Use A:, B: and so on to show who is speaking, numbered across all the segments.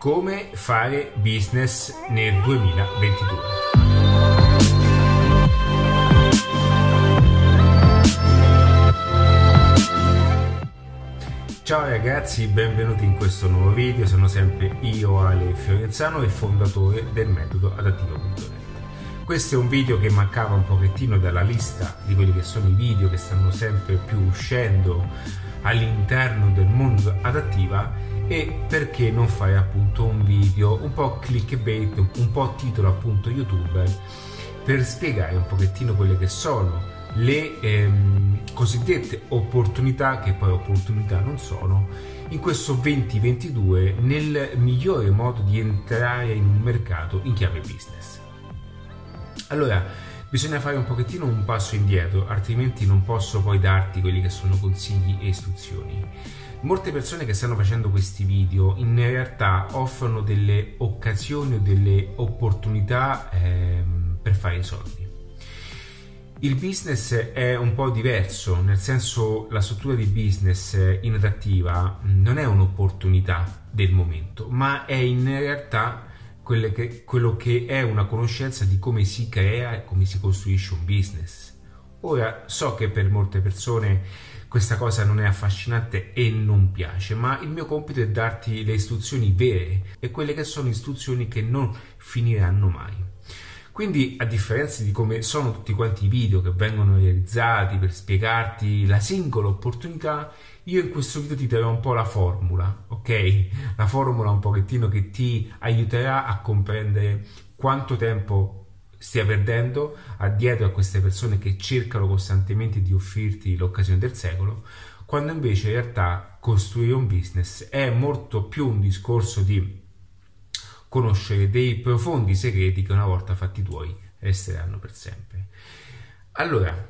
A: Come fare business nel 2022. Ciao ragazzi, benvenuti in questo nuovo video. Sono sempre io, Ale Fiorenzano, e fondatore del metodo adattivo.net. Questo è un video che mancava un pochettino dalla lista di quelli che sono i video che stanno sempre più uscendo all'interno del mondo adattiva. E perché non fare appunto un video un po' clickbait, un po' titolo appunto youtuber, per spiegare un pochettino quelle che sono le cosiddette opportunità, che poi opportunità non sono, in questo 2022 nel migliore modo di entrare in un mercato in chiave business. Allora, bisogna fare un pochettino un passo indietro, altrimenti non posso poi darti quelli che sono consigli e istruzioni. Molte persone che stanno facendo questi video in realtà offrono delle occasioni o delle opportunità per fare i soldi. Il business è un po' diverso, nel senso la struttura di business in adattiva non è un'opportunità del momento, ma è in realtà quello che è una conoscenza di come si crea e come si costruisce un business. Ora, so che per molte persone questa cosa non è affascinante e non piace, ma il mio compito è darti le istruzioni vere e quelle che sono istruzioni che non finiranno mai. Quindi, a differenza di come sono tutti quanti i video che vengono realizzati per spiegarti la singola opportunità, io in questo video ti darò un po' la formula, ok? La formula un pochettino che ti aiuterà a comprendere quanto tempo stia perdendo dietro a queste persone che cercano costantemente di offrirti l'occasione del secolo, quando invece in realtà costruire un business è molto più un discorso di conoscere dei profondi segreti che una volta fatti tuoi resteranno per sempre. Allora,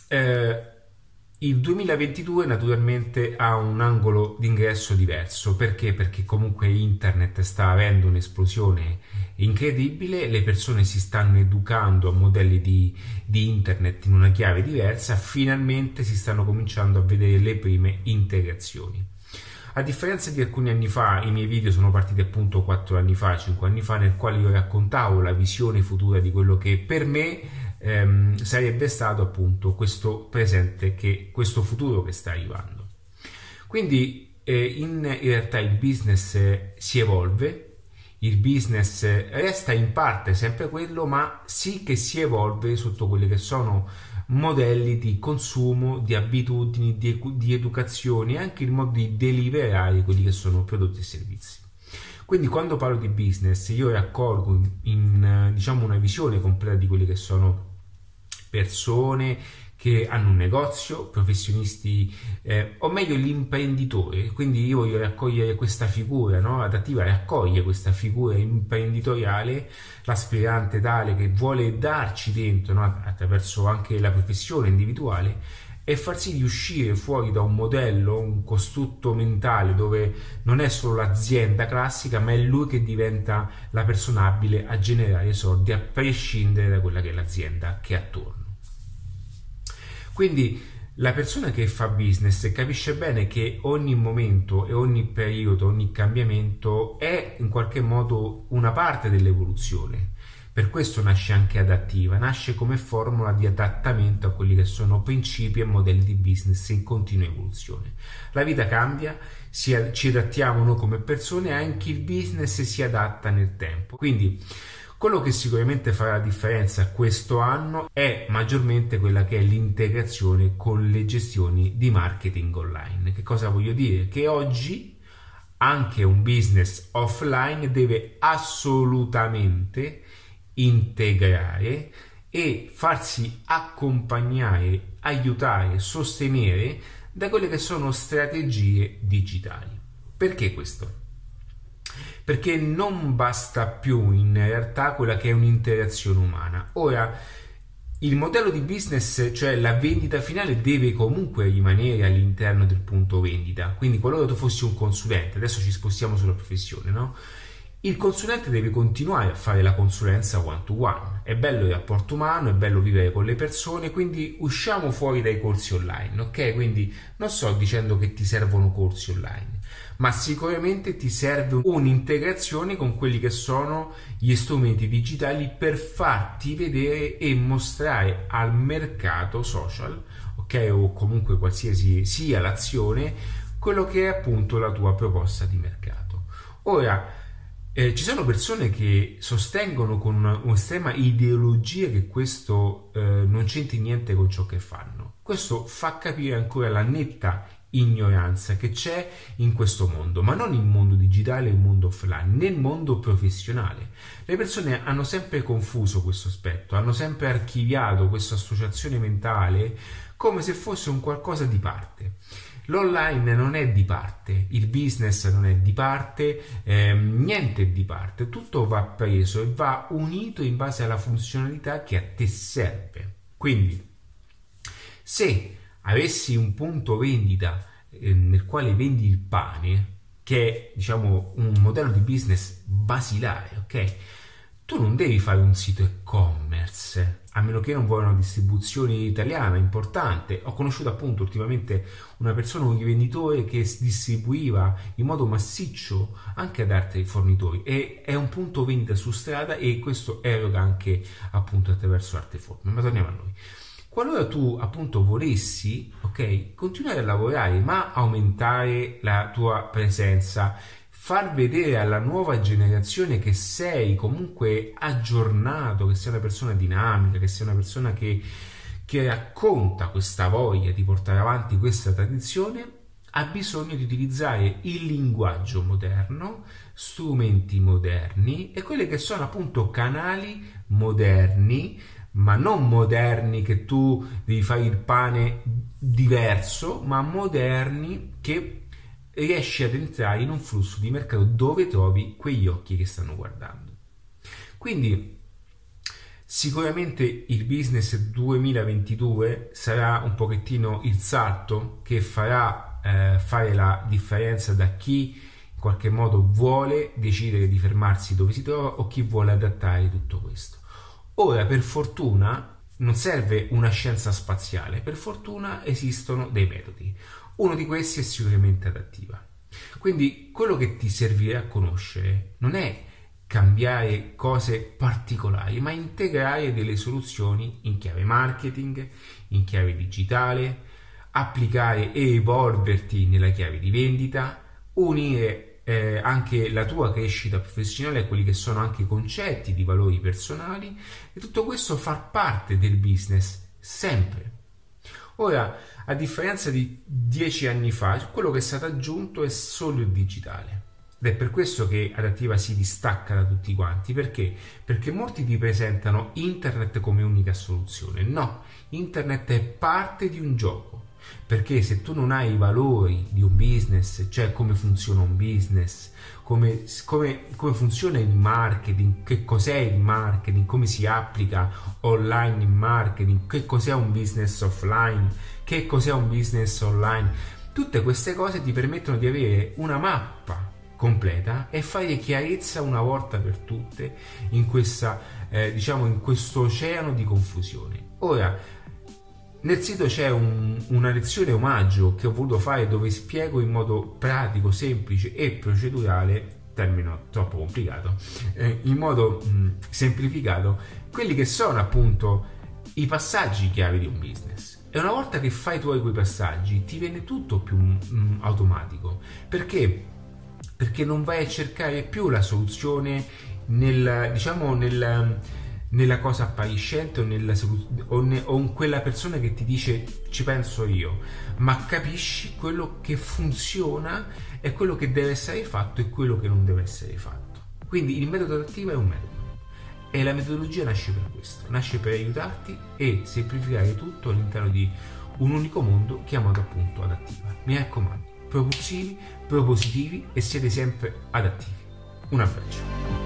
A: il 2022 naturalmente ha un angolo d'ingresso diverso. Perché? Perché comunque internet sta avendo un'esplosione incredibile, le persone si stanno educando a modelli di internet in una chiave diversa, finalmente si stanno cominciando a vedere le prime integrazioni. A differenza di alcuni anni fa, i miei video sono partiti appunto 4 anni fa, 5 anni fa, nel quale io raccontavo la visione futura di quello che per me sarebbe stato appunto questo presente, questo futuro che sta arrivando. Quindi in realtà il business si evolve, il business resta in parte sempre quello, ma sì che si evolve sotto quelli che sono modelli di consumo, di abitudini, di educazione e anche il modo di deliberare quelli che sono prodotti e servizi. Quindi quando parlo di business io raccolgo in diciamo una visione completa di quelle che sono persone che hanno un negozio, professionisti, o meglio l'imprenditore. Quindi io voglio raccogliere questa figura, no? Adattiva raccoglie questa figura imprenditoriale, l'aspirante tale che vuole darci dentro, no? Attraverso anche la professione individuale, e far sì di uscire fuori da un modello, un costrutto mentale dove non è solo l'azienda classica, ma è lui che diventa la persona abile a generare soldi a prescindere da quella che è l'azienda che è attorno. Quindi la persona che fa business capisce bene che ogni momento e ogni periodo, ogni cambiamento è in qualche modo una parte dell'evoluzione. Per questo nasce anche adattiva, nasce come formula di adattamento a quelli che sono principi e modelli di business in continua evoluzione. La vita cambia, ci adattiamo noi come persone e anche il business si adatta nel tempo. Quindi quello che sicuramente farà la differenza questo anno è maggiormente quella che è l'integrazione con le gestioni di marketing online. Che cosa voglio dire? Che oggi anche un business offline deve assolutamente integrare e farsi accompagnare, aiutare, sostenere da quelle che sono strategie digitali. Perché questo? Perché non basta più in realtà quella che è un'interazione umana. Ora, il modello di business, cioè la vendita finale, deve comunque rimanere all'interno del punto vendita. Quindi qualora tu fossi un consulente, adesso ci spostiamo sulla professione, no? Il consulente deve continuare a fare la consulenza one to one. È bello il rapporto umano, è bello vivere con le persone, quindi usciamo fuori dai corsi online, ok? Quindi non sto dicendo che ti servono corsi online, ma sicuramente ti serve un'integrazione con quelli che sono gli strumenti digitali per farti vedere e mostrare al mercato social, ok? O comunque qualsiasi sia l'azione, quello che è appunto la tua proposta di mercato. Ora, ci sono persone che sostengono con un'estrema ideologia che questo non c'entri niente con ciò che fanno. Questo fa capire ancora la netta ignoranza che c'è in questo mondo, ma non il mondo digitale e il mondo offline, nel mondo professionale. Le persone hanno sempre confuso questo aspetto, hanno sempre archiviato questa associazione mentale come se fosse un qualcosa di parte. L'online non è di parte, il business non è di parte, niente è di parte, tutto va preso e va unito in base alla funzionalità che a te serve. Quindi, se avessi un punto vendita nel quale vendi il pane, che è diciamo un modello di business basilare, ok? Tu non devi fare un sito e-commerce, a meno che non vuoi una distribuzione italiana importante. Ho conosciuto appunto ultimamente una persona, un rivenditore che distribuiva in modo massiccio anche ad altri fornitori, e è un punto vendita su strada, e questo eroga anche appunto attraverso altre forme. Ma torniamo a noi. Qualora tu appunto volessi, ok, continuare a lavorare ma aumentare la tua presenza, far vedere alla nuova generazione che sei comunque aggiornato, che sei una persona dinamica, che sei una persona che racconta questa voglia di portare avanti questa tradizione, ha bisogno di utilizzare il linguaggio moderno, strumenti moderni e quelli che sono appunto canali moderni, ma non moderni che tu devi fare il pane diverso, ma moderni che riesci ad entrare in un flusso di mercato dove trovi quegli occhi che stanno guardando. Quindi sicuramente il business 2022 sarà un pochettino il salto che farà fare la differenza da chi in qualche modo vuole decidere di fermarsi dove si trova o chi vuole adattare tutto questo. Ora, per fortuna, non serve una scienza spaziale, per fortuna esistono dei metodi. Uno di questi è sicuramente adattiva. Quindi quello che ti servirà a conoscere non è cambiare cose particolari, ma integrare delle soluzioni in chiave marketing, in chiave digitale, applicare e evolverti nella chiave di vendita, unire anche la tua crescita professionale a quelli che sono anche i concetti di valori personali, e tutto questo fa parte del business sempre. Ora, a differenza di 10 anni fa, quello che è stato aggiunto è solo il digitale. Ed è per questo che Adattiva si distacca da tutti quanti. Perché? Perché molti ti presentano internet come unica soluzione. No, internet è parte di un gioco. Perché se tu non hai i valori di un business, cioè come funziona un business, come funziona il marketing, che cos'è il marketing, come si applica online il marketing, che cos'è un business offline, che cos'è un business online, tutte queste cose ti permettono di avere una mappa completa e fare chiarezza una volta per tutte in questa in questo oceano di confusione. Ora, nel sito c'è una lezione omaggio che ho voluto fare dove spiego in modo pratico, semplice e procedurale, termine troppo complicato, in modo semplificato, quelli che sono appunto i passaggi chiave di un business. E una volta che fai tu quei passaggi ti viene tutto più automatico. Perché? Perché non vai a cercare più la soluzione nella cosa appariscente o in quella persona che ti dice ci penso io, ma capisci quello che funziona e quello che deve essere fatto e quello che non deve essere fatto. Quindi il metodo Adattiva è un metodo e la metodologia nasce per questo, nasce per aiutarti e semplificare tutto all'interno di un unico mondo chiamato appunto Adattiva. Mi raccomando, propulsivi, propositivi e siete sempre adattivi. Un abbraccio.